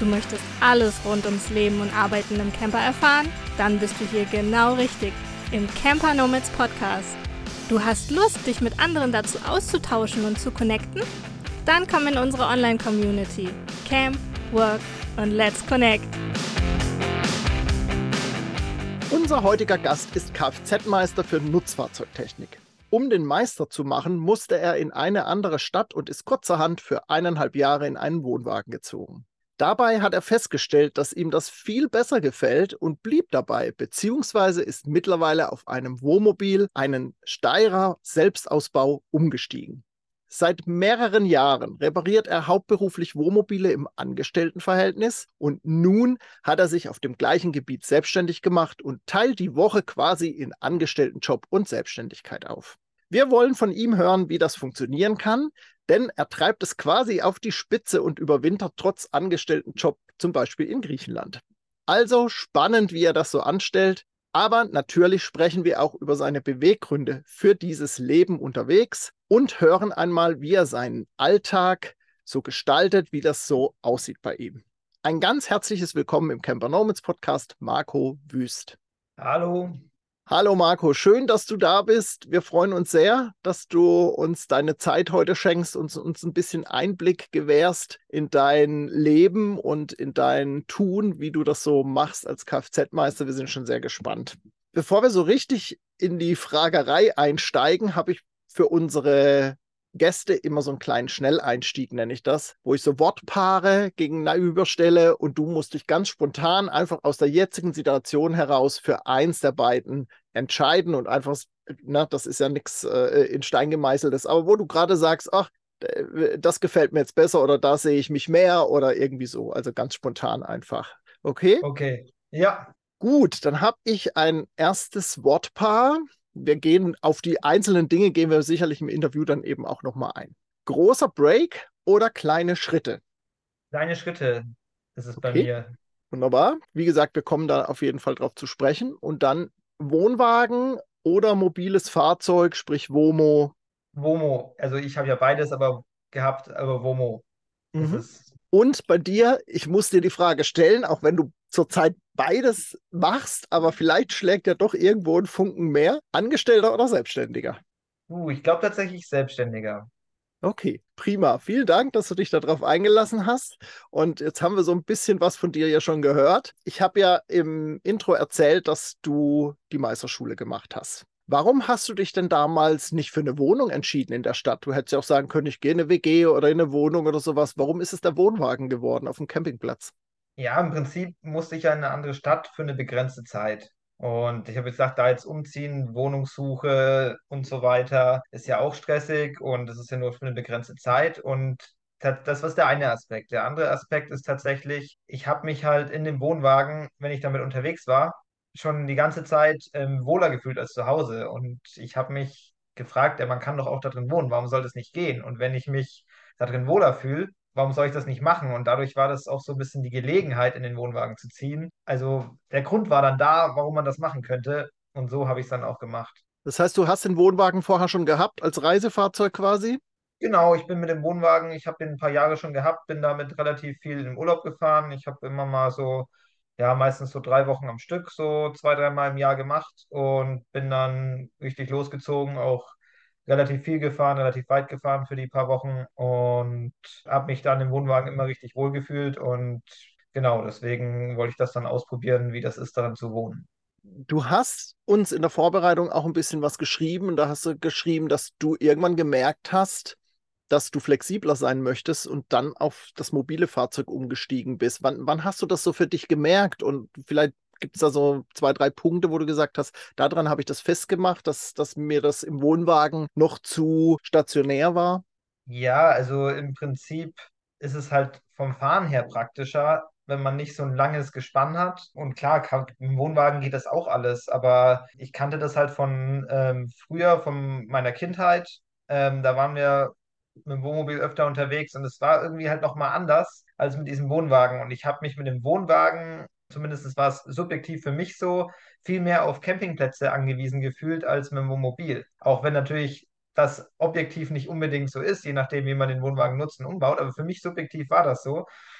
möchtest alles rund ums Leben und Arbeiten im Camper erfahren? Dann bist du hier genau richtig, im Camper Nomads Podcast. Du hast Lust, dich mit anderen dazu auszutauschen und zu connecten? Dann komm in unsere Online-Community. Camp, Work und Let's Connect. Unser heutiger Gast ist Kfz-Meister für Nutzfahrzeugtechnik. Um den Meister zu machen, musste er in eine andere Stadt und ist kurzerhand für 1,5 Jahre in einen Wohnwagen gezogen. Dabei hat er festgestellt, dass ihm das viel besser gefällt und blieb dabei, beziehungsweise ist mittlerweile auf einem Wohnmobil, einen Steyr Selbstausbau, umgestiegen. Seit mehreren Jahren repariert er hauptberuflich Wohnmobile im Angestelltenverhältnis und nun hat er sich auf dem gleichen Gebiet selbstständig gemacht und teilt die Woche quasi in Angestelltenjob und Selbstständigkeit auf. Wir wollen von ihm hören, wie das funktionieren kann, denn er treibt es quasi auf die Spitze und überwintert trotz Angestelltenjob zum Beispiel in Griechenland. Also spannend, wie er das so anstellt. Aber natürlich sprechen wir auch über seine Beweggründe für dieses Leben unterwegs und hören einmal, wie er seinen Alltag so gestaltet, wie das so aussieht bei ihm. Ein ganz herzliches Willkommen im Camper Nomads Podcast, Marco Wüst. Hallo. Hallo Marco, schön, dass du da bist. Wir freuen uns sehr, dass du uns deine Zeit heute schenkst und uns ein bisschen Einblick gewährst in dein Leben und in dein Tun, wie du das so machst als Kfz-Meister. Wir sind schon sehr gespannt. Bevor wir so richtig in die Fragerei einsteigen, habe ich für unsere Gäste immer so einen kleinen Schnelleinstieg, nenne ich das, wo ich so Wortpaare gegenüberstelle und du musst dich ganz spontan einfach aus der jetzigen Situation heraus für eins der beiden entscheiden und einfach, na, das ist ja nichts in Stein gemeißeltes, aber wo du gerade sagst, ach, das gefällt mir jetzt besser oder da sehe ich mich mehr oder irgendwie so, also ganz spontan einfach. Okay? Okay, ja. Gut, dann habe ich ein erstes Wortpaar. Wir gehen auf die einzelnen Dinge, gehen wir sicherlich im Interview dann eben auch nochmal ein. Großer Break oder kleine Schritte? Kleine Schritte ist es bei Okay, mir. wunderbar. Wie gesagt, wir kommen da auf jeden Fall drauf zu sprechen. Und dann Wohnwagen oder mobiles Fahrzeug, sprich WOMO. Womo, also ich habe ja beides aber gehabt, aber Womo ist Mhm. es. Und bei dir, ich muss dir die Frage stellen, auch wenn du zurzeit beides machst, aber vielleicht schlägt ja doch irgendwo ein Funken mehr. Angestellter oder Selbstständiger? Ich glaube tatsächlich Selbstständiger. Okay, prima. Vielen Dank, dass du dich darauf eingelassen hast. Und jetzt haben wir so ein bisschen was von dir ja schon gehört. Ich habe ja im Intro erzählt, dass du die Meisterschule gemacht hast. Warum hast du dich denn damals nicht für eine Wohnung entschieden in der Stadt? Du hättest ja auch sagen können, ich gehe in eine WG oder in eine Wohnung oder sowas. Warum ist es der Wohnwagen geworden auf dem Campingplatz? Ja, im Prinzip musste ich ja in eine andere Stadt für eine begrenzte Zeit. Und ich habe gesagt, da jetzt umziehen, Wohnungssuche und so weiter, ist ja auch stressig und es ist ja nur für eine begrenzte Zeit. Und das war der eine Aspekt. Der andere Aspekt ist tatsächlich, ich habe mich halt in dem Wohnwagen, wenn ich damit unterwegs war, schon die ganze Zeit wohler gefühlt als zu Hause. Und ich habe mich gefragt, ja, man kann doch auch da drin wohnen, warum soll das nicht gehen? Und wenn ich mich da drin wohler fühle, warum soll ich das nicht machen? Und dadurch war das auch so ein bisschen die Gelegenheit, in den Wohnwagen zu ziehen. Also der Grund war dann da, warum man das machen könnte. Und so habe ich es dann auch gemacht. Das heißt, du hast den Wohnwagen vorher schon gehabt, als Reisefahrzeug quasi? Genau, ich bin mit dem Wohnwagen, ich habe den ein paar Jahre schon gehabt, bin damit relativ viel im Urlaub gefahren. Ich habe immer mal so, ja, meistens so 3 Wochen am Stück, so 2, 3 Mal im Jahr gemacht und bin dann richtig losgezogen, auch relativ viel gefahren, relativ weit gefahren für die paar Wochen und habe mich dann im Wohnwagen immer richtig wohl gefühlt und genau, deswegen wollte ich das dann ausprobieren, wie das ist, darin zu wohnen. Du hast uns in der Vorbereitung auch ein bisschen was geschrieben und da hast du geschrieben, dass du irgendwann gemerkt hast, dass du flexibler sein möchtest und dann auf das mobile Fahrzeug umgestiegen bist. Wann hast du das so für dich gemerkt? Und vielleicht gibt es da so 2, 3 Punkte, wo du gesagt hast, daran habe ich das festgemacht, dass mir das im Wohnwagen noch zu stationär war. Ja, also im Prinzip ist es halt vom Fahren her praktischer, wenn man nicht so ein langes Gespann hat. Und klar, im Wohnwagen geht das auch alles, aber ich kannte das halt von früher, von meiner Kindheit. Da waren wir mit dem Wohnmobil öfter unterwegs und es war irgendwie halt nochmal anders als mit diesem Wohnwagen. Und ich habe mich mit dem Wohnwagen, zumindest war es subjektiv für mich so, viel mehr auf Campingplätze angewiesen gefühlt als mit dem Wohnmobil. Auch wenn natürlich das objektiv nicht unbedingt so ist, je nachdem, wie man den Wohnwagen nutzt und umbaut. Aber für mich subjektiv war das so.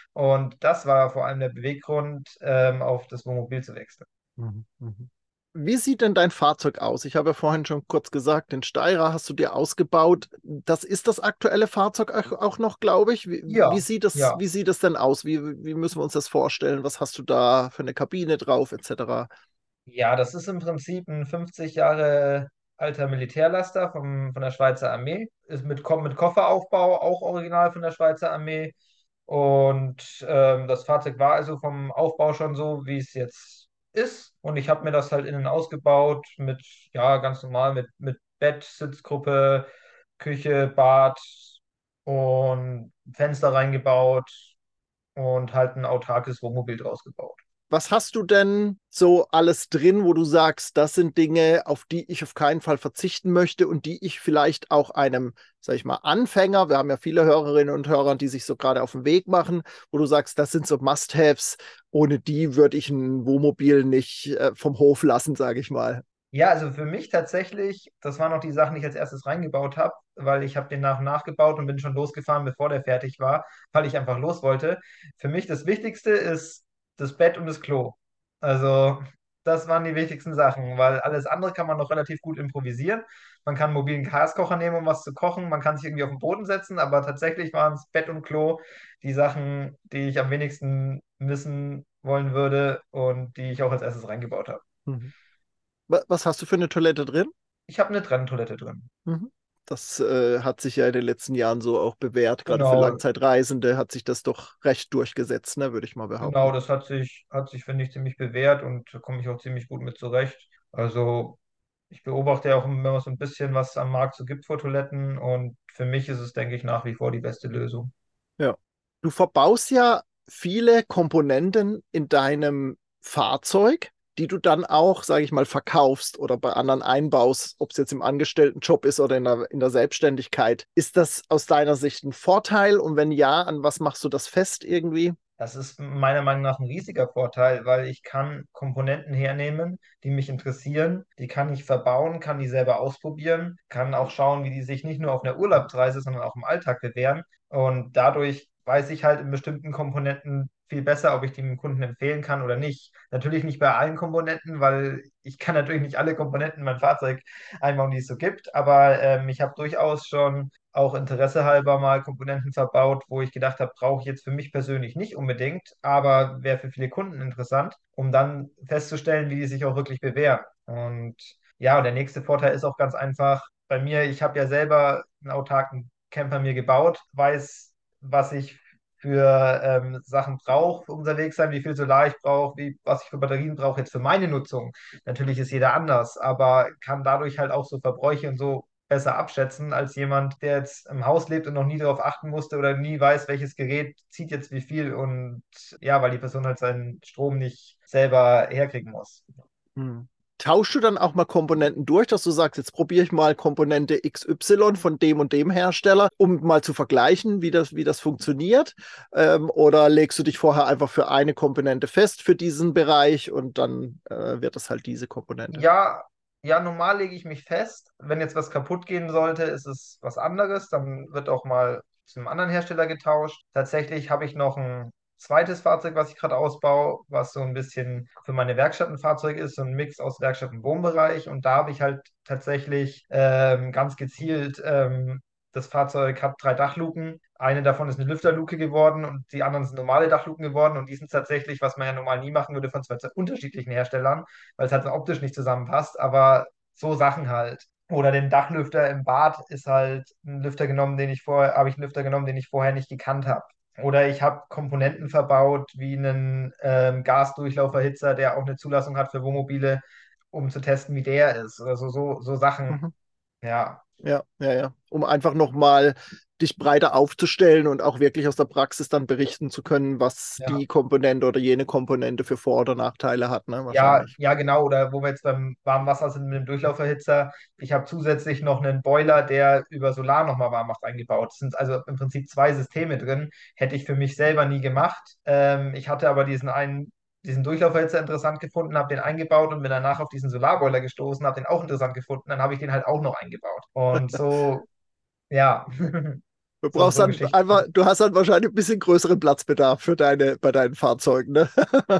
Und das war vor allem der Beweggrund, auf das Wohnmobil zu wechseln. Mhm. Mhm. Wie sieht denn dein Fahrzeug aus? Ich habe ja vorhin schon kurz gesagt, den Steyr hast du dir ausgebaut. Das ist das aktuelle Fahrzeug auch noch, glaube ich. Ja, ja. Wie sieht es denn aus? Wie müssen wir uns das vorstellen? Was hast du da für eine Kabine drauf, etc.? Ja, das ist im Prinzip ein 50 Jahre alter Militärlaster von der Schweizer Armee. Ist mit Kofferaufbau, auch original von der Schweizer Armee. Und das Fahrzeug war also vom Aufbau schon so, wie es jetzt ist. Und ich habe mir das halt innen ausgebaut mit, ja, ganz normal mit Bett, Sitzgruppe, Küche, Bad und Fenster reingebaut und halt ein autarkes Wohnmobil draus gebaut. Was hast du denn so alles drin, wo du sagst, das sind Dinge, auf die ich auf keinen Fall verzichten möchte und die ich vielleicht auch einem, sag ich mal, Anfänger, wir haben ja viele Hörerinnen und Hörer, die sich so gerade auf den Weg machen, wo du sagst, das sind so Must-Haves, ohne die würde ich ein Wohnmobil nicht vom Hof lassen, sage ich mal. Ja, also für mich tatsächlich, das waren noch die Sachen, die ich als erstes reingebaut habe, weil ich habe den nachgebaut und bin schon losgefahren, bevor der fertig war, weil ich einfach los wollte. Für mich das Wichtigste ist das Bett und das Klo. Also das waren die wichtigsten Sachen, weil alles andere kann man noch relativ gut improvisieren. Man kann einen mobilen Gaskocher nehmen, um was zu kochen, man kann sich irgendwie auf den Boden setzen, aber tatsächlich waren es Bett und Klo die Sachen, die ich am wenigsten missen wollen würde und die ich auch als erstes reingebaut habe. Mhm. Was hast du für eine Toilette drin? Ich habe eine Trenntoilette drin. Mhm. Das hat sich ja in den letzten Jahren so auch bewährt. Gerade für Genau, Langzeitreisende hat sich das doch recht durchgesetzt, ne, würde ich mal genau, behaupten. das hat sich, finde ich, ziemlich bewährt und da komme ich auch ziemlich gut mit zurecht. Also ich beobachte ja auch immer so ein bisschen, was es am Markt so gibt vor Toiletten und für mich ist es, denke ich, nach wie vor die beste Lösung. Ja. Du verbaust ja viele Komponenten in deinem Fahrzeug, die du dann auch, sage ich mal, verkaufst oder bei anderen einbaust, ob es jetzt im Angestelltenjob ist oder in der Selbstständigkeit. Ist das aus deiner Sicht ein Vorteil? Und wenn ja, an was machst du das fest irgendwie? Das ist meiner Meinung nach ein riesiger Vorteil, weil ich kann Komponenten hernehmen, die mich interessieren, die kann ich verbauen, kann die selber ausprobieren, kann auch schauen, wie die sich nicht nur auf einer Urlaubsreise, sondern auch im Alltag bewähren. Und dadurch weiß ich halt in bestimmten Komponenten viel besser, ob ich die dem Kunden empfehlen kann oder nicht. Natürlich nicht bei allen Komponenten, weil ich kann natürlich nicht alle Komponenten in mein Fahrzeug einbauen, die es so gibt, aber ich habe durchaus schon auch Interesse halber mal Komponenten verbaut, wo ich gedacht habe, brauche ich jetzt für mich persönlich nicht unbedingt, aber wäre für viele Kunden interessant, um dann festzustellen, wie die sich auch wirklich bewähren. Und ja, und der nächste Vorteil ist auch ganz einfach bei mir, ich habe ja selber einen autarken Camper mir gebaut, weiß, was ich für Sachen brauche für unterwegs sein, wie viel Solar ich brauche, was ich für Batterien brauche jetzt für meine Nutzung. Natürlich ist jeder anders, aber kann dadurch halt auch so Verbräuche und so besser abschätzen als jemand, der jetzt im Haus lebt und noch nie darauf achten musste oder nie weiß, welches Gerät zieht jetzt wie viel und ja, weil die Person halt seinen Strom nicht selber herkriegen muss. Hm. Tauschst du dann auch mal Komponenten durch, dass du sagst, jetzt probiere ich mal Komponente XY von dem und dem Hersteller, um mal zu vergleichen, wie das funktioniert? Oder legst du dich vorher einfach für eine Komponente fest für diesen Bereich und dann wird das halt diese Komponente? Ja, ja, normal lege ich mich fest. Wenn jetzt was kaputt gehen sollte, ist es was anderes. Dann wird auch mal zu einem anderen Hersteller getauscht. Tatsächlich habe ich noch ein zweites Fahrzeug, was ich gerade ausbaue, was so ein bisschen für meine Werkstatt ein Fahrzeug ist, so ein Mix aus Werkstatt und Wohnbereich. Und da habe ich halt tatsächlich ganz gezielt das Fahrzeug hat 3 Dachluken. Eine davon ist eine Lüfterluke geworden und die anderen sind normale Dachluken geworden. Und die sind tatsächlich, was man ja normal nie machen würde, von zwei unterschiedlichen Herstellern, weil es halt so optisch nicht zusammenpasst, aber so Sachen halt. Oder den Dachlüfter im Bad ist halt ein Lüfter genommen, habe ich einen Lüfter genommen, den ich vorher nicht gekannt habe. Oder ich habe Komponenten verbaut, wie einen Gasdurchlauferhitzer, der auch eine Zulassung hat für Wohnmobile, um zu testen, wie der ist. Oder so Sachen. Mhm. Ja, Ja, ja, ja. Um einfach nochmal dich breiter aufzustellen und auch wirklich aus der Praxis dann berichten zu können, was ja. die Komponente oder jene Komponente für Vor- oder Nachteile hat, ne? Ja, Wahrscheinlich. ja, genau. Oder wo wir jetzt beim Warmwasser sind mit dem Durchlauferhitzer. Ich habe zusätzlich noch einen Boiler, der über Solar nochmal warm macht, eingebaut. Es sind also im Prinzip 2 Systeme drin. Hätte ich für mich selber nie gemacht. Ich hatte aber diesen Durchlauferhitzer interessant gefunden, habe den eingebaut und bin danach auf diesen Solarboiler gestoßen, habe den auch interessant gefunden. Dann habe ich den halt auch noch eingebaut. Und so, ja. Du So, brauchst so dann einfach, Geschichten. du hast dann wahrscheinlich ein bisschen größeren Platzbedarf bei deinen Fahrzeugen, ne?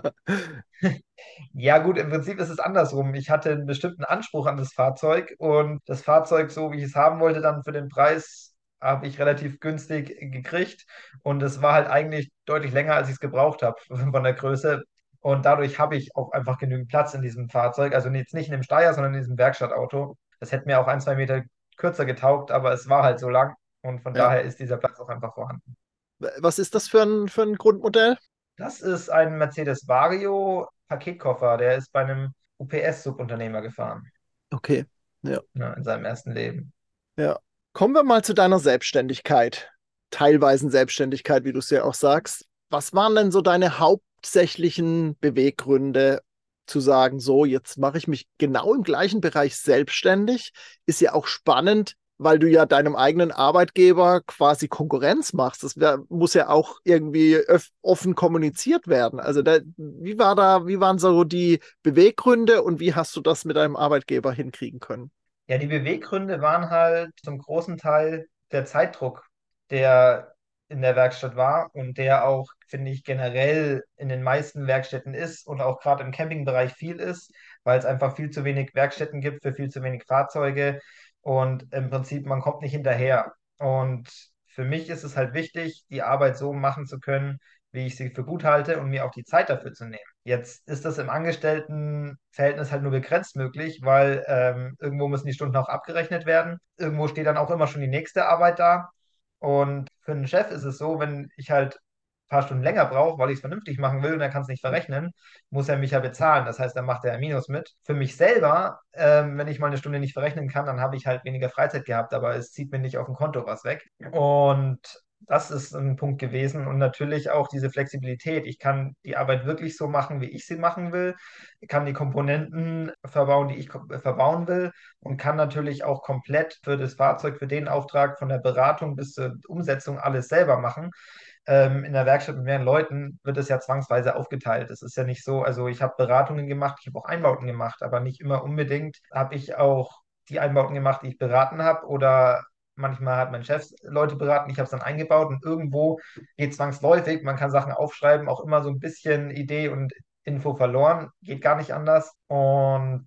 Ja, gut, im Prinzip ist es andersrum. Ich hatte einen bestimmten Anspruch an das Fahrzeug und das Fahrzeug, so wie ich es haben wollte, dann für den Preis habe ich relativ günstig gekriegt. Und es war halt eigentlich deutlich länger, als ich es gebraucht habe von der Größe. Und dadurch habe ich auch einfach genügend Platz in diesem Fahrzeug. Also jetzt nicht in dem Steyr, sondern in diesem Werkstattauto. Das hätte mir auch 1, 2 Meter kürzer getaugt, aber es war halt so lang. Und von Ja. daher ist dieser Platz auch einfach vorhanden. Was ist das für ein Grundmodell? Das ist ein Mercedes Vario Paketkoffer. Der ist bei einem UPS-Subunternehmer gefahren, Okay. Ja. ne, in seinem ersten Leben. Ja. Kommen wir mal zu deiner Selbstständigkeit, teilweisen Selbstständigkeit, wie du es ja auch sagst. Was waren denn so deine hauptsächlichen Beweggründe zu sagen, so, jetzt mache ich mich genau im gleichen Bereich selbstständig? Ist ja auch spannend, weil du ja deinem eigenen Arbeitgeber quasi Konkurrenz machst. Muss ja auch irgendwie offen kommuniziert werden. Also wie waren so die Beweggründe und wie hast du das mit deinem Arbeitgeber hinkriegen können? Ja, die Beweggründe waren halt zum großen Teil der Zeitdruck, der in der Werkstatt war und der auch, finde ich, generell in den meisten Werkstätten ist und auch gerade im Campingbereich viel ist, weil es einfach viel zu wenig Werkstätten gibt für viel zu wenig Fahrzeuge und im Prinzip man kommt nicht hinterher. Und für mich ist es halt wichtig, die Arbeit so machen zu können, wie ich sie für gut halte und mir auch die Zeit dafür zu nehmen. Jetzt ist das im Angestelltenverhältnis halt nur begrenzt möglich, weil irgendwo müssen die Stunden auch abgerechnet werden. Irgendwo steht dann auch immer schon die nächste Arbeit da. Und für einen Chef ist es so, wenn ich halt ein paar Stunden länger brauche, weil ich es vernünftig machen will und er kann es nicht verrechnen, muss er mich ja bezahlen. Das heißt, dann macht er ein Minus mit. Für mich selber, wenn ich mal eine Stunde nicht verrechnen kann, dann habe ich halt weniger Freizeit gehabt, aber es zieht mir nicht auf dem Konto was weg. Und das ist ein Punkt gewesen und natürlich auch diese Flexibilität. Ich kann die Arbeit wirklich so machen, wie ich sie machen will. Ich kann die Komponenten verbauen, die ich verbauen will und kann natürlich auch komplett für das Fahrzeug, für den Auftrag von der Beratung bis zur Umsetzung alles selber machen. In der Werkstatt mit mehreren Leuten wird es ja zwangsweise aufgeteilt. Es ist ja nicht so, also ich habe Beratungen gemacht, ich habe auch Einbauten gemacht, aber nicht immer unbedingt habe ich auch die Einbauten gemacht, die ich beraten habe oder manchmal hat mein Chef Leute beraten, ich habe es dann eingebaut und irgendwo geht zwangsläufig, man kann Sachen aufschreiben, auch immer so ein bisschen Idee und Info verloren, geht gar nicht anders. Und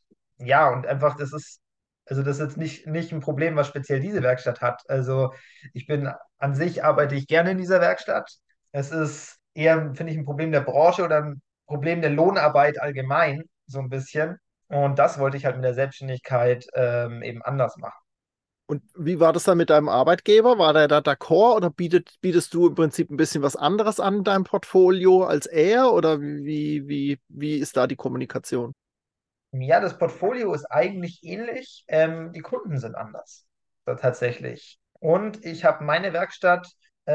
ja, und einfach, also das ist jetzt nicht ein Problem, was speziell diese Werkstatt hat. Also ich bin an sich arbeite ich gerne in dieser Werkstatt. Es ist eher, finde ich, ein Problem der Branche oder ein Problem der Lohnarbeit allgemein, so ein bisschen. Und das wollte ich halt mit der Selbstständigkeit eben anders machen. Und wie war das dann mit deinem Arbeitgeber? War der da d'accord oder bietest du im Prinzip ein bisschen was anderes an in deinem Portfolio als er? Oder wie ist da die Kommunikation? Ja, das Portfolio ist eigentlich ähnlich. Die Kunden sind anders, tatsächlich. Und ich habe meine Werkstatt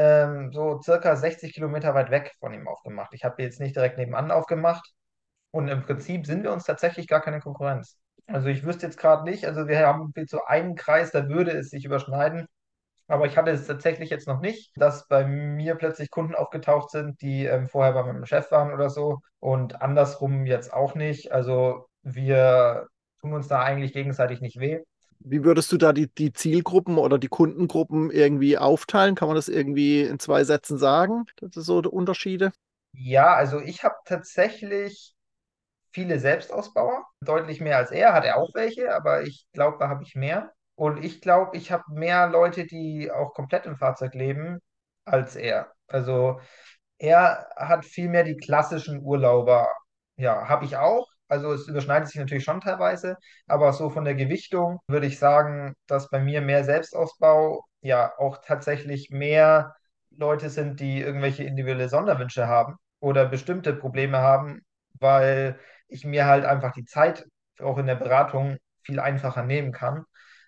so circa 60 Kilometer weit weg von ihm aufgemacht. Ich habe die jetzt nicht direkt nebenan aufgemacht. Und im Prinzip sind wir uns tatsächlich gar keine Konkurrenz. Also ich wüsste jetzt gerade nicht, also wir haben so einen Kreis, da würde es sich überschneiden. Aber ich hatte es tatsächlich jetzt noch nicht, dass bei mir plötzlich Kunden aufgetaucht sind, die vorher bei meinem Chef waren oder so und andersrum jetzt auch nicht. Also wir tun uns da eigentlich gegenseitig nicht weh. Wie würdest du da die Zielgruppen oder die Kundengruppen irgendwie aufteilen? Kann man das irgendwie in zwei Sätzen sagen? Das ist so die Unterschiede. Ja, also ich habe tatsächlich viele Selbstausbauer, deutlich mehr als er, hat er auch welche, aber ich glaube, da habe ich mehr. Und ich glaube, ich habe mehr Leute, die auch komplett im Fahrzeug leben, als er. Also er hat viel mehr die klassischen Urlauber. Ja, habe ich auch. Also es überschneidet sich natürlich schon teilweise, aber so von der Gewichtung würde ich sagen, dass bei mir mehr Selbstausbau, ja, auch tatsächlich mehr Leute sind, die irgendwelche individuelle Sonderwünsche haben oder bestimmte Probleme haben, weil ich mir halt einfach die Zeit auch in der Beratung viel einfacher nehmen kann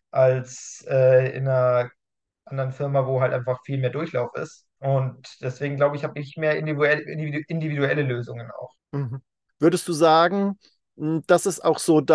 als in einer anderen Firma, wo halt einfach viel mehr Durchlauf ist. Und deswegen glaube ich, habe ich mehr individuelle Lösungen auch. Mhm. Würdest du sagen, das ist auch so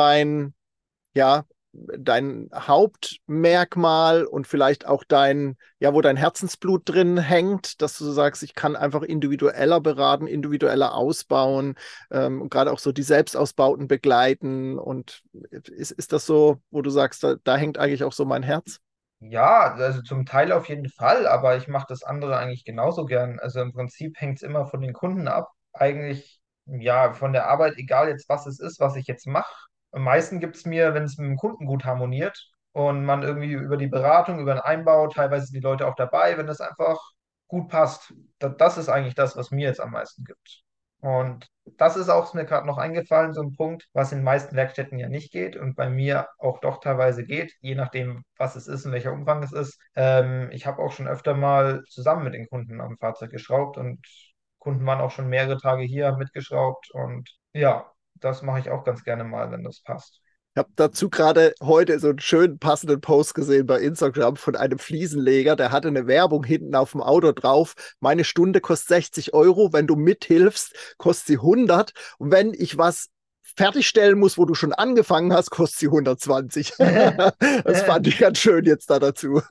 ja, dein Hauptmerkmal und vielleicht auch wo dein Herzensblut drin hängt, dass du sagst, ich kann einfach individueller beraten, individueller ausbauen, und gerade auch so die Selbstausbauten begleiten und ist das so, wo du sagst, da hängt eigentlich auch so mein Herz? Ja, also zum Teil auf jeden Fall, aber ich mache das andere eigentlich genauso gern. Also im Prinzip hängt es immer von den Kunden ab. Eigentlich, ja, von der Arbeit, egal jetzt was es ist, was ich jetzt mache. Am meisten gibt es mir, wenn es mit dem Kunden gut harmoniert und man irgendwie über die Beratung, über den Einbau, teilweise sind die Leute auch dabei, wenn es einfach gut passt. Das ist eigentlich das, was mir jetzt am meisten gibt. Und das ist auch mir gerade noch eingefallen, so ein Punkt, was in den meisten Werkstätten ja nicht geht und bei mir auch doch teilweise geht, je nachdem, was es ist und welcher Umfang es ist. Ich habe auch schon öfter mal zusammen mit den Kunden am Fahrzeug geschraubt und Kunden waren auch schon mehrere Tage hier, haben mitgeschraubt und ja, das mache ich auch ganz gerne mal, wenn das passt. Ich habe dazu gerade heute so einen schönen passenden Post gesehen bei Instagram von einem Fliesenleger, der hatte eine Werbung hinten auf dem Auto drauf. Meine Stunde kostet 60 €, wenn du mithilfst, kostet sie 100. Und wenn ich was fertigstellen muss, wo du schon angefangen hast, kostet sie 120. Das fand ich ganz schön jetzt da dazu.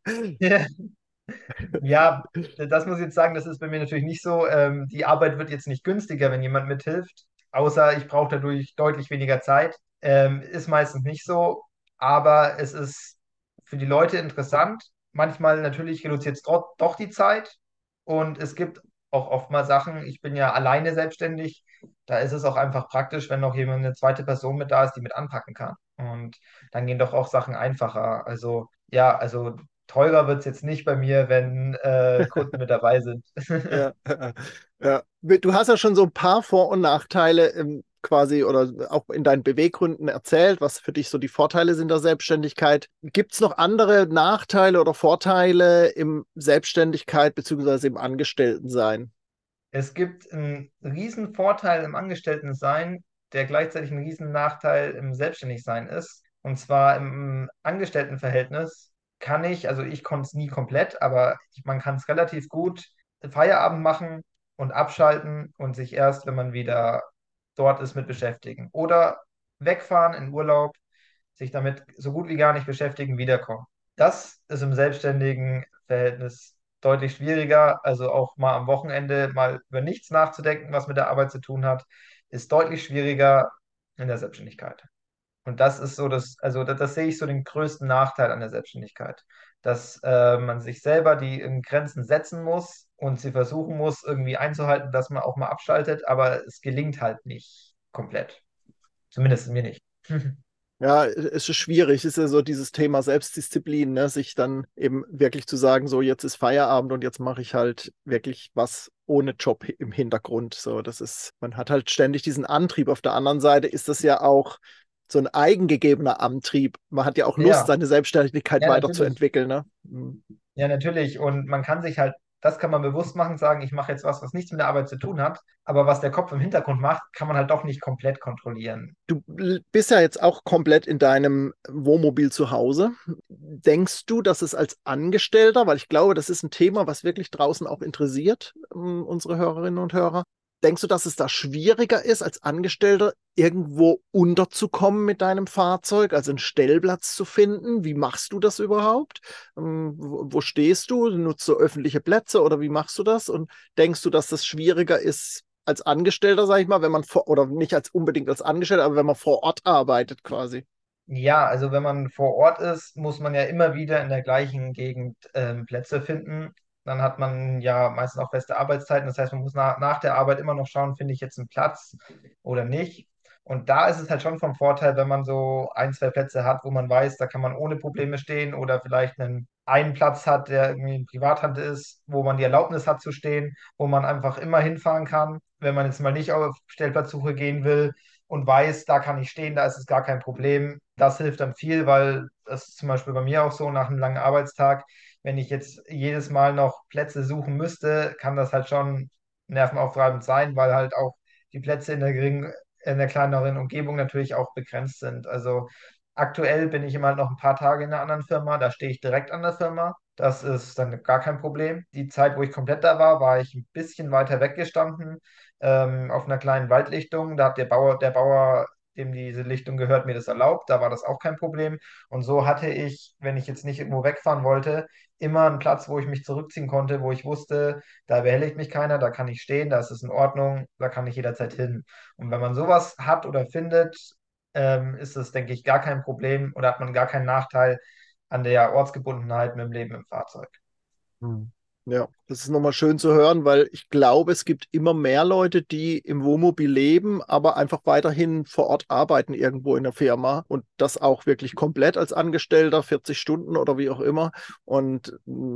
Ja, das muss ich jetzt sagen, das ist bei mir natürlich nicht so. Die Arbeit wird jetzt nicht günstiger, wenn jemand mithilft, außer ich brauche dadurch deutlich weniger Zeit. Ist meistens nicht so, aber es ist für die Leute interessant. Manchmal natürlich reduziert es doch die Zeit und es gibt auch oft mal Sachen, ich bin ja alleine selbstständig, da ist es auch einfach praktisch, wenn noch jemand, eine zweite Person mit da ist, die mit anpacken kann. Und dann gehen doch auch Sachen einfacher. Also ja, also teurer wird es jetzt nicht bei mir, wenn Kunden mit dabei sind. Ja, ja. Du hast ja schon so ein paar Vor- und Nachteile quasi oder auch in deinen Beweggründen erzählt, was für dich so die Vorteile sind der Selbstständigkeit. Gibt es noch andere Nachteile oder Vorteile im Selbstständigkeit beziehungsweise im Angestelltensein? Es gibt einen riesen Vorteil im Angestelltensein, der gleichzeitig ein riesen Nachteil im Selbstständigsein ist. Und zwar im Angestelltenverhältnis kann ich, also ich konnte es nie komplett, aber man kann es relativ gut Feierabend machen und abschalten und sich erst, wenn man wieder dort ist, mit beschäftigen. Oder wegfahren in Urlaub, sich damit so gut wie gar nicht beschäftigen, wiederkommen. Das ist im selbstständigen Verhältnis deutlich schwieriger. Also auch mal am Wochenende mal über nichts nachzudenken, was mit der Arbeit zu tun hat, ist deutlich schwieriger in der Selbstständigkeit. Und das ist so also das sehe ich so den größten Nachteil an der Selbstständigkeit, dass man sich selber die Grenzen setzen muss und sie versuchen muss, irgendwie einzuhalten, dass man auch mal abschaltet, aber es gelingt halt nicht komplett. Zumindest mir nicht. Ja, es ist schwierig. Es ist ja so dieses Thema Selbstdisziplin, ne? Sich dann eben wirklich zu sagen, so jetzt ist Feierabend und jetzt mache ich halt wirklich was ohne Job im Hintergrund. So, das ist, man hat halt ständig diesen Antrieb. Auf der anderen Seite ist das ja auch so ein eigengegebener Antrieb. Man hat ja auch Lust, Ja, seine Selbstständigkeit ja, natürlich. weiterzuentwickeln, ne? Mhm. Ja, natürlich. Und man kann sich halt, das kann man bewusst machen, sagen, ich mache jetzt was, was nichts mit der Arbeit zu tun hat. Aber was der Kopf im Hintergrund macht, kann man halt doch nicht komplett kontrollieren. Du bist ja jetzt auch komplett in deinem Wohnmobil zu Hause. Denkst du, dass es als Angestellter, weil ich glaube, das ist ein Thema, was wirklich draußen auch interessiert, unsere Hörerinnen und Hörer, denkst du, dass es da schwieriger ist, als Angestellter irgendwo unterzukommen mit deinem Fahrzeug, also einen Stellplatz zu finden? Wie machst du das überhaupt? Wo stehst du? Nutzt du öffentliche Plätze oder wie machst du das? Und denkst du, dass das schwieriger ist, als Angestellter, sage ich mal, wenn man oder nicht als unbedingt als Angestellter, aber wenn man vor Ort arbeitet quasi. Ja, also wenn man vor Ort ist, muss man ja immer wieder in der gleichen Gegend Plätze finden. Dann hat man ja meistens auch feste Arbeitszeiten. Das heißt, man muss nach der Arbeit immer noch schauen, finde ich jetzt einen Platz oder nicht. Und da ist es halt schon vom Vorteil, wenn man so ein, zwei Plätze hat, wo man weiß, da kann man ohne Probleme stehen oder vielleicht einen Platz hat, der irgendwie in Privathand ist, wo man die Erlaubnis hat zu stehen, wo man einfach immer hinfahren kann, wenn man jetzt mal nicht auf Stellplatzsuche gehen will und weiß, da kann ich stehen, da ist es gar kein Problem. Das hilft dann viel, weil das ist zum Beispiel bei mir auch so nach einem langen Arbeitstag, wenn ich jetzt jedes Mal noch Plätze suchen müsste, kann das halt schon nervenaufreibend sein, weil halt auch die Plätze in der kleineren Umgebung natürlich auch begrenzt sind. Also aktuell bin ich immer noch ein paar Tage in einer anderen Firma, da stehe ich direkt an der Firma. Das ist dann gar kein Problem. Die Zeit, wo ich komplett da war, war ich ein bisschen weiter weggestanden auf einer kleinen Waldlichtung. Da hat der Bauer, dem diese Lichtung gehört, mir das erlaubt. Da war das auch kein Problem. Und so hatte ich, wenn ich jetzt nicht irgendwo wegfahren wollte, immer einen Platz, wo ich mich zurückziehen konnte, wo ich wusste, da behelligt mich keiner, da kann ich stehen, da ist es in Ordnung, da kann ich jederzeit hin. Und wenn man sowas hat oder findet, ist das, denke ich, gar kein Problem oder hat man gar keinen Nachteil, an der Ortsgebundenheit mit dem Leben im Fahrzeug. Hm. Ja, das ist nochmal schön zu hören, weil ich glaube, es gibt immer mehr Leute, die im Wohnmobil leben, aber einfach weiterhin vor Ort arbeiten irgendwo in der Firma und das auch wirklich komplett als Angestellter, 40 Stunden oder wie auch immer. Und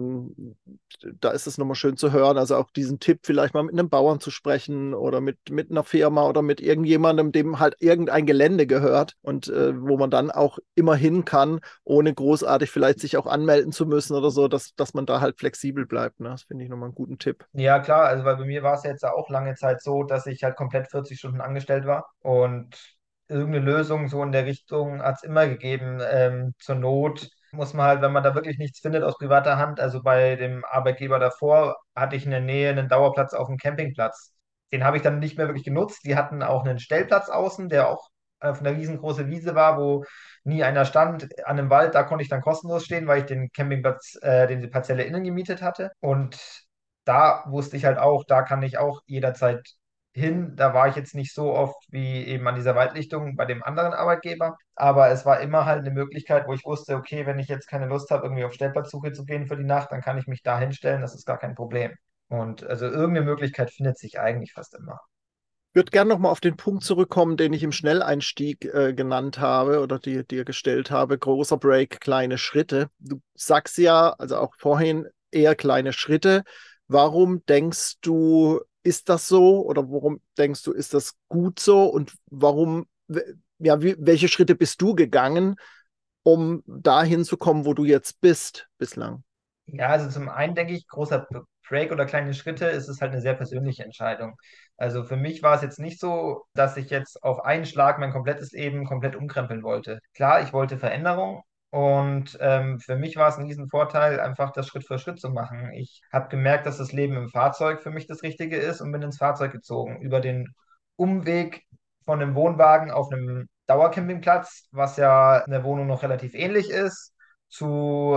da ist es nochmal schön zu hören, also auch diesen Tipp, vielleicht mal mit einem Bauern zu sprechen oder mit einer Firma oder mit irgendjemandem, dem halt irgendein Gelände gehört und wo man dann auch immer hin kann, ohne großartig vielleicht sich auch anmelden zu müssen oder so, dass man da halt flexibel bleibt. Ne? Das finde ich nochmal einen guten Tipp. Ja, klar, also weil bei mir war es jetzt auch lange Zeit so, dass ich halt komplett 40 Stunden angestellt war und irgendeine Lösung so in der Richtung hat es immer gegeben. Zur Not muss man halt, wenn man da wirklich nichts findet aus privater Hand, also bei dem Arbeitgeber davor hatte ich in der Nähe einen Dauerplatz auf dem Campingplatz. Den habe ich dann nicht mehr wirklich genutzt. Die hatten auch einen Stellplatz außen, der auch auf einer riesengroßen Wiese war, wo nie einer stand. An einem Wald, da konnte ich dann kostenlos stehen, weil ich den Campingplatz, den die Parzelle innen gemietet hatte. Und da wusste ich halt auch, da kann ich auch jederzeit hin. Da war ich jetzt nicht so oft wie eben an dieser Waldlichtung bei dem anderen Arbeitgeber. Aber es war immer halt eine Möglichkeit, wo ich wusste, okay, wenn ich jetzt keine Lust habe, irgendwie auf Stellplatzsuche zu gehen für die Nacht, dann kann ich mich da hinstellen, das ist gar kein Problem. Und also irgendeine Möglichkeit findet sich eigentlich fast immer. Ich würde gerne nochmal auf den Punkt zurückkommen, den ich im Schnelleinstieg genannt habe oder dir gestellt habe. Großer Break, kleine Schritte. Du sagst ja, also auch vorhin, eher kleine Schritte. Warum denkst du, ist das so oder warum denkst du, ist das gut so und warum, ja, welche Schritte bist du gegangen, um dahin zu kommen, wo du jetzt bist bislang? Ja, also zum einen denke ich, großer Break oder kleine Schritte ist es halt eine sehr persönliche Entscheidung. Also für mich war es jetzt nicht so, dass ich jetzt auf einen Schlag mein komplettes Leben komplett umkrempeln wollte. Klar, ich wollte Veränderung und für mich war es ein Riesenvorteil, einfach das Schritt für Schritt zu machen. Ich habe gemerkt, dass das Leben im Fahrzeug für mich das Richtige ist und bin ins Fahrzeug gezogen. Über den Umweg von einem Wohnwagen auf einem Dauercampingplatz, was ja in der Wohnung noch relativ ähnlich ist, zu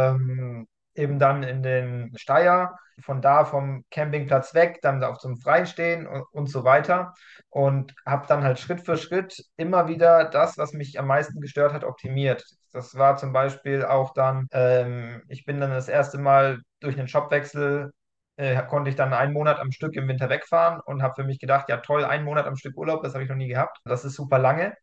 eben dann in den Steier, von da vom Campingplatz weg, dann auf zum Freistehen und so weiter. Und habe dann halt Schritt für Schritt immer wieder das, was mich am meisten gestört hat, optimiert. Das war zum Beispiel auch dann, ich bin dann das erste Mal durch einen Jobwechsel, konnte ich dann einen Monat am Stück im Winter wegfahren und habe für mich gedacht, ja toll, einen Monat am Stück Urlaub, das habe ich noch nie gehabt. Das ist super lange.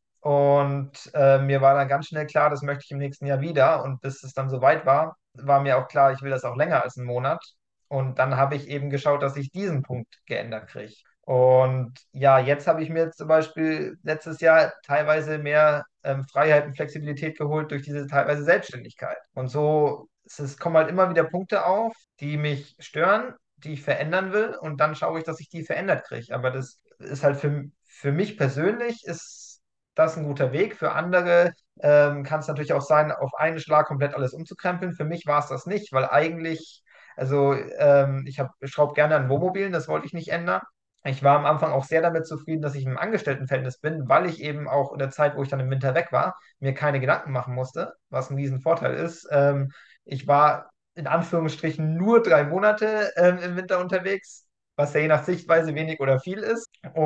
Und mir war dann ganz schnell klar, das möchte ich im nächsten Jahr wieder. Und bis es dann soweit war, war mir auch klar, ich will das auch länger als einen Monat. Und dann habe ich eben geschaut, dass ich diesen Punkt geändert kriege. Und ja, jetzt habe ich mir zum Beispiel letztes Jahr teilweise mehr Freiheit und Flexibilität geholt durch diese teilweise Selbstständigkeit. Und so kommen halt immer wieder Punkte auf, die mich stören, die ich verändern will. Und dann schaue ich, dass ich die verändert kriege. Aber das ist halt für mich persönlich ist das ein guter Weg. Für andere kann es natürlich auch sein, auf einen Schlag komplett alles umzukrempeln. Für mich war es das nicht, weil eigentlich, also ich schraube gerne an Wohnmobilen, das wollte ich nicht ändern. Ich war am Anfang auch sehr damit zufrieden, dass ich im Angestelltenverhältnis bin, weil ich eben auch in der Zeit, wo ich dann im Winter weg war, mir keine Gedanken machen musste, was ein Riesenvorteil ist. Ich war in Anführungsstrichen nur 3 Monate im Winter unterwegs, was ja je nach Sichtweise wenig oder viel ist.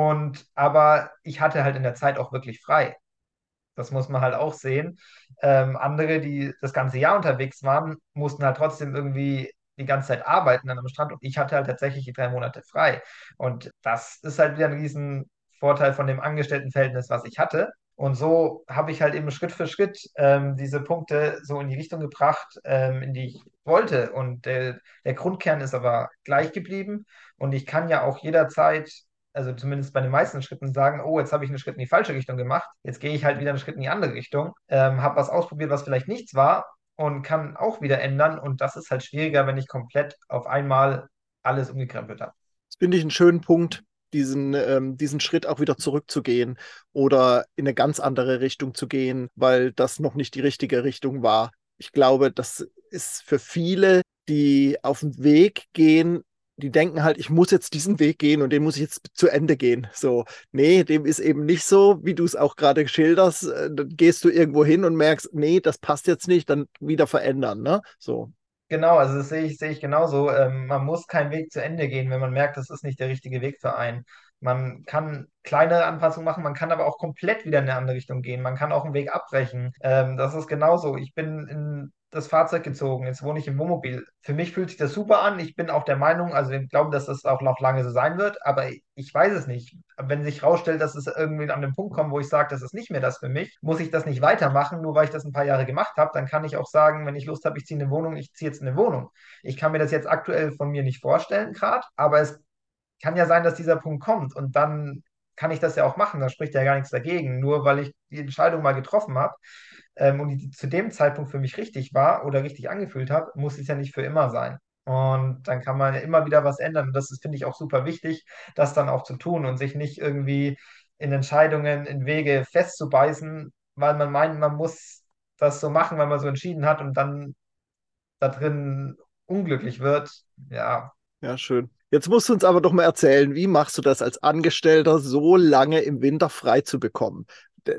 Aber ich hatte halt in der Zeit auch wirklich frei. Das muss man halt auch sehen. Andere, die das ganze Jahr unterwegs waren, mussten halt trotzdem irgendwie die ganze Zeit arbeiten dann am Strand und ich hatte halt tatsächlich die 3 Monate frei. Und das ist halt wieder ein Riesenvorteil von dem Angestelltenverhältnis, was ich hatte. Und so habe ich halt eben Schritt für Schritt diese Punkte so in die Richtung gebracht, in die ich wollte. Und der Grundkern ist aber gleich geblieben. Und ich kann ja auch jederzeit, also zumindest bei den meisten Schritten, sagen, oh, jetzt habe ich einen Schritt in die falsche Richtung gemacht, jetzt gehe ich halt wieder einen Schritt in die andere Richtung, habe was ausprobiert, was vielleicht nichts war und kann auch wieder ändern. Und das ist halt schwieriger, wenn ich komplett auf einmal alles umgekrempelt habe. Das finde ich einen schönen Punkt, diesen Schritt auch wieder zurückzugehen oder in eine ganz andere Richtung zu gehen, weil das noch nicht die richtige Richtung war. Ich glaube, das ist für viele, die auf den Weg gehen, die denken halt, ich muss jetzt diesen Weg gehen und den muss ich jetzt zu Ende gehen. So, nee, dem ist eben nicht so, wie du es auch gerade schilderst. Dann gehst du irgendwo hin und merkst, nee, das passt jetzt nicht, dann wieder verändern, ne? So. Genau, also das sehe ich genauso. Man muss keinen Weg zu Ende gehen, wenn man merkt, das ist nicht der richtige Weg für einen. Man kann kleinere Anpassungen machen, man kann aber auch komplett wieder in eine andere Richtung gehen. Man kann auch einen Weg abbrechen. Das ist genauso. Ich bin in das Fahrzeug gezogen, jetzt wohne ich im Wohnmobil. Für mich fühlt sich das super an. Ich bin auch der Meinung, also ich glaube, dass das auch noch lange so sein wird, aber ich weiß es nicht. Wenn sich herausstellt, dass es irgendwie an den Punkt kommt, wo ich sage, das ist nicht mehr das für mich, muss ich das nicht weitermachen, nur weil ich das ein paar Jahre gemacht habe, dann kann ich auch sagen, wenn ich Lust habe, ich ziehe eine Wohnung, ich ziehe jetzt eine Wohnung. Ich kann mir das jetzt aktuell von mir nicht vorstellen, gerade, aber es kann ja sein, dass dieser Punkt kommt und dann kann ich das ja auch machen. Da spricht ja gar nichts dagegen. Nur weil ich die Entscheidung mal getroffen habe und die zu dem Zeitpunkt für mich richtig war oder richtig angefühlt habe, muss es ja nicht für immer sein. Und dann kann man ja immer wieder was ändern. Und das ist, finde ich, auch super wichtig, das dann auch zu tun und sich nicht irgendwie in Entscheidungen, in Wege festzubeißen, weil man meint, man muss das so machen, weil man so entschieden hat und dann da drin unglücklich wird. Ja, Ja, schön. Jetzt musst du uns aber doch mal erzählen, wie machst du das als Angestellter so lange im Winter frei zu bekommen? D-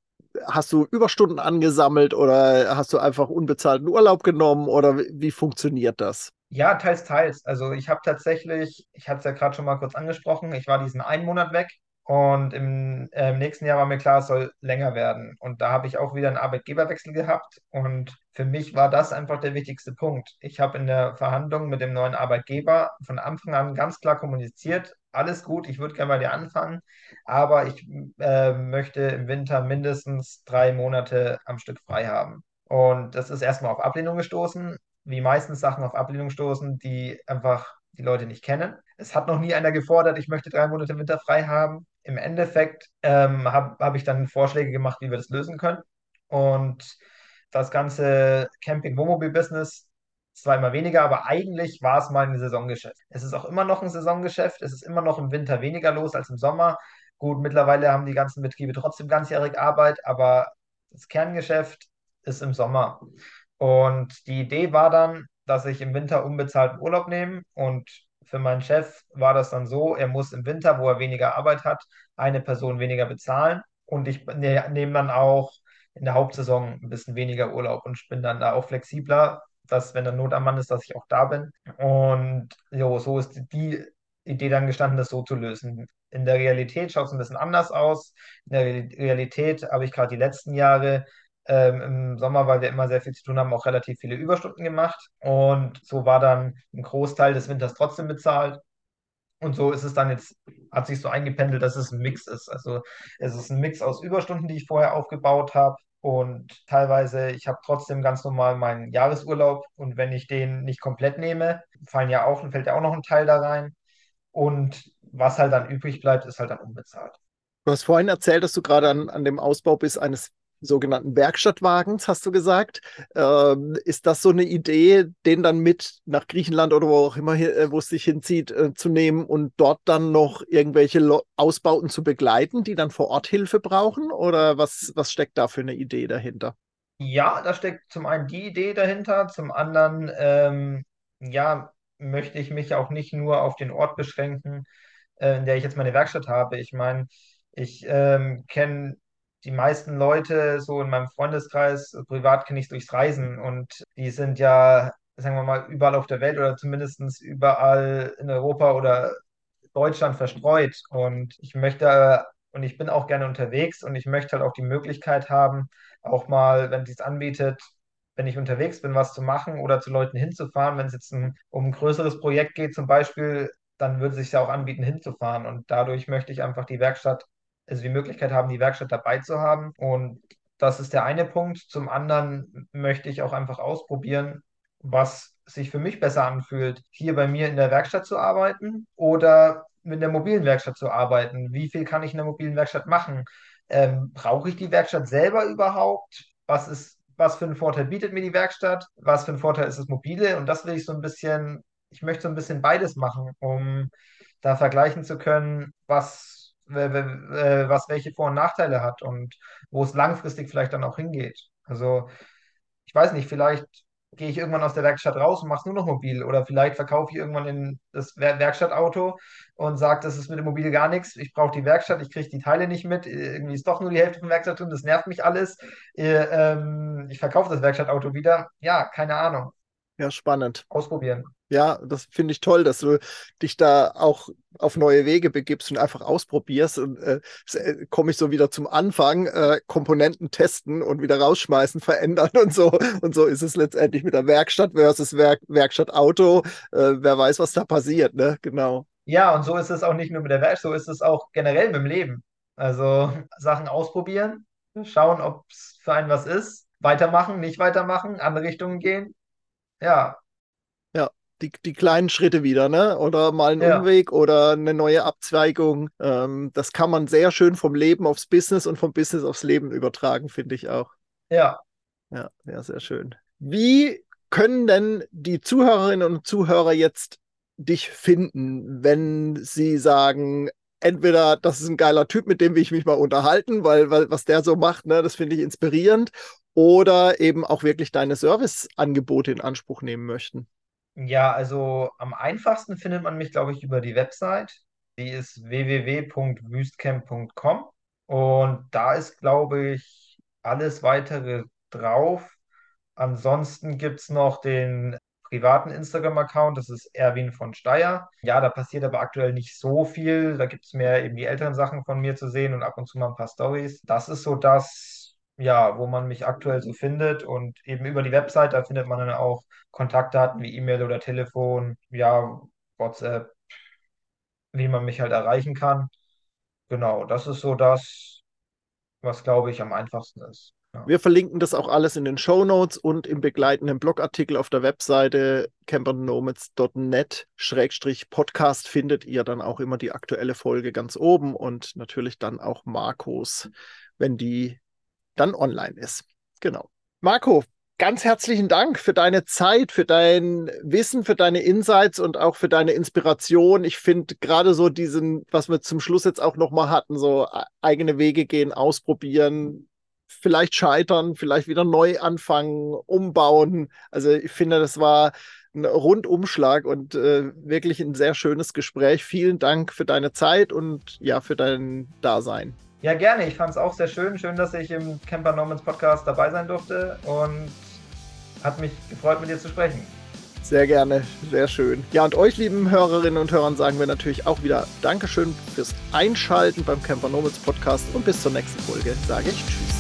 Hast du Überstunden angesammelt oder hast du einfach unbezahlten Urlaub genommen oder wie funktioniert das? ja, teils, teils. Also ich habe tatsächlich, ich hatte es ja gerade schon mal kurz angesprochen, ich war diesen einen Monat weg und im nächsten Jahr war mir klar, es soll länger werden. Und da habe ich auch wieder einen Arbeitgeberwechsel gehabt und für mich war das einfach der wichtigste Punkt. Ich habe in der Verhandlung mit dem neuen Arbeitgeber von Anfang an ganz klar kommuniziert, alles gut, ich würde gerne bei dir anfangen, aber ich möchte im Winter mindestens 3 Monate am Stück frei haben. Und das ist erstmal auf Ablehnung gestoßen, wie meistens Sachen auf Ablehnung stoßen, die einfach die Leute nicht kennen. Es hat noch nie einer gefordert, ich möchte 3 Monate Winter frei haben. Im Endeffekt hab ich dann Vorschläge gemacht, wie wir das lösen können. Und das ganze Camping-Wohnmobil-Business, zwar immer weniger, aber eigentlich war es mal ein Saisongeschäft. Es ist auch immer noch ein Saisongeschäft. Es ist immer noch im Winter weniger los als im Sommer. Gut, mittlerweile haben die ganzen Betriebe trotzdem ganzjährig Arbeit, aber das Kerngeschäft ist im Sommer. Und die Idee war dann, dass ich im Winter unbezahlten Urlaub nehme. Und für meinen Chef war das dann so, er muss im Winter, wo er weniger Arbeit hat, eine Person weniger bezahlen. Und ich nehme dann auch in der Hauptsaison ein bisschen weniger Urlaub und bin dann da auch flexibler, dass, wenn der Not am Mann ist, dass ich auch da bin. Und jo, so ist die Idee dann gestanden, das so zu lösen. In der Realität schaut es ein bisschen anders aus. In der Realität habe ich gerade die letzten Jahre im Sommer, weil wir immer sehr viel zu tun haben, auch relativ viele Überstunden gemacht. Und so war dann ein Großteil des Winters trotzdem bezahlt. Und so ist es dann jetzt, hat sich so eingependelt, dass es ein Mix ist. Also es ist ein Mix aus Überstunden, die ich vorher aufgebaut habe. Und teilweise, ich habe trotzdem ganz normal meinen Jahresurlaub. Und wenn ich den nicht komplett nehme, fällt ja auch noch ein Teil da rein. Und was halt dann übrig bleibt, ist halt dann unbezahlt. Du hast vorhin erzählt, dass du gerade an dem Ausbau bist eines sogenannten Werkstattwagens, hast du gesagt. Ist das so eine Idee, den dann mit nach Griechenland oder wo auch immer, wo es dich hinzieht, zu nehmen und dort dann noch irgendwelche Ausbauten zu begleiten, die dann vor Ort Hilfe brauchen? Oder was steckt da für eine Idee dahinter? Ja, da steckt zum einen die Idee dahinter, zum anderen, ja, möchte ich mich auch nicht nur auf den Ort beschränken, in der ich jetzt meine Werkstatt habe. Ich meine, ich kenne die meisten Leute so in meinem Freundeskreis, privat kenne ich durchs Reisen und die sind ja, sagen wir mal, überall auf der Welt oder zumindest überall in Europa oder Deutschland verstreut. Und ich bin auch gerne unterwegs und ich möchte halt auch die Möglichkeit haben, auch mal, wenn es sich anbietet, wenn ich unterwegs bin, was zu machen oder zu Leuten hinzufahren. Wenn es jetzt um ein größeres Projekt geht zum Beispiel, dann würde es sich ja auch anbieten, hinzufahren. Und dadurch möchte ich einfach die Werkstatt, also die Möglichkeit haben, die Werkstatt dabei zu haben. Und das ist der eine Punkt. Zum anderen möchte ich auch einfach ausprobieren, was sich für mich besser anfühlt, hier bei mir in der Werkstatt zu arbeiten oder mit der mobilen Werkstatt zu arbeiten. Wie viel kann ich in der mobilen Werkstatt machen? Brauche ich die Werkstatt selber überhaupt? Was für einen Vorteil bietet mir die Werkstatt? Was für einen Vorteil ist das Mobile? Und das will ich so ein bisschen, ich möchte so ein bisschen beides machen, um da vergleichen zu können, was welche Vor- und Nachteile hat und wo es langfristig vielleicht dann auch hingeht. Also ich weiß nicht, vielleicht gehe ich irgendwann aus der Werkstatt raus und mache es nur noch mobil. Oder vielleicht verkaufe ich irgendwann das Werkstattauto und sage, das ist mit dem Mobil gar nichts. Ich brauche die Werkstatt, ich kriege die Teile nicht mit. Irgendwie ist doch nur die Hälfte vom Werkstatt drin, das nervt mich alles. Ich verkaufe das Werkstattauto wieder. Ja, keine Ahnung. Ja, spannend. Ausprobieren. Ja, das finde ich toll, dass du dich da auch auf neue Wege begibst und einfach ausprobierst. Und komme ich so wieder zum Anfang, Komponenten testen und wieder rausschmeißen, verändern und so. Und so ist es letztendlich mit der Werkstatt versus Werkstatt Auto. Wer weiß, was da passiert, ne? Genau. Ja, und so ist es auch nicht nur mit der Welt, so ist es auch generell mit dem Leben. Also Sachen ausprobieren, schauen, ob es für einen was ist, weitermachen, nicht weitermachen, andere Richtungen gehen. Ja, Ja, die kleinen Schritte wieder, ne? Oder mal einen ja, Umweg oder eine neue Abzweigung. Das kann man sehr schön vom Leben aufs Business und vom Business aufs Leben übertragen, finde ich auch. ja. Ja, ja, sehr schön. Wie können denn die Zuhörerinnen und Zuhörer jetzt dich finden, wenn sie sagen, entweder das ist ein geiler Typ, mit dem will ich mich mal unterhalten, weil was der so macht, ne, das finde ich inspirierend, oder eben auch wirklich deine Serviceangebote in Anspruch nehmen möchten? Ja, also am einfachsten findet man mich, glaube ich, über die Website. Die ist www.wüstcamp.com und da ist, glaube ich, alles weitere drauf. Ansonsten gibt es noch den privaten Instagram-Account, das ist Erwin von Steyr. Ja, da passiert aber aktuell nicht so viel. Da gibt es mehr eben die älteren Sachen von mir zu sehen und ab und zu mal ein paar Stories. Das ist so das, ja, wo man mich aktuell so findet. Und eben über die Website, da findet man dann auch Kontaktdaten wie E-Mail oder Telefon, ja, WhatsApp, wie man mich halt erreichen kann. Genau, das ist so das, was, glaube ich, am einfachsten ist. Ja. Wir verlinken das auch alles in den Shownotes und im begleitenden Blogartikel auf der Webseite campernomads.net/podcast findet ihr dann auch immer die aktuelle Folge ganz oben und natürlich dann auch Marcos, wenn die dann online ist. Genau. Marco, ganz herzlichen Dank für deine Zeit, für dein Wissen, für deine Insights und auch für deine Inspiration. Ich finde gerade so diesen, was wir zum Schluss jetzt auch nochmal hatten, so eigene Wege gehen, ausprobieren, vielleicht scheitern, vielleicht wieder neu anfangen, umbauen. Also ich finde, das war ein Rundumschlag und wirklich ein sehr schönes Gespräch. Vielen Dank für deine Zeit und ja, für dein Dasein. Ja, gerne. Ich fand es auch sehr schön. Schön, dass ich im Camper Nomads Podcast dabei sein durfte und hat mich gefreut, mit dir zu sprechen. Sehr gerne, sehr schön. Ja, und euch, lieben Hörerinnen und Hörern, sagen wir natürlich auch wieder Dankeschön fürs Einschalten beim Camper Nomads Podcast und bis zur nächsten Folge sage ich Tschüss.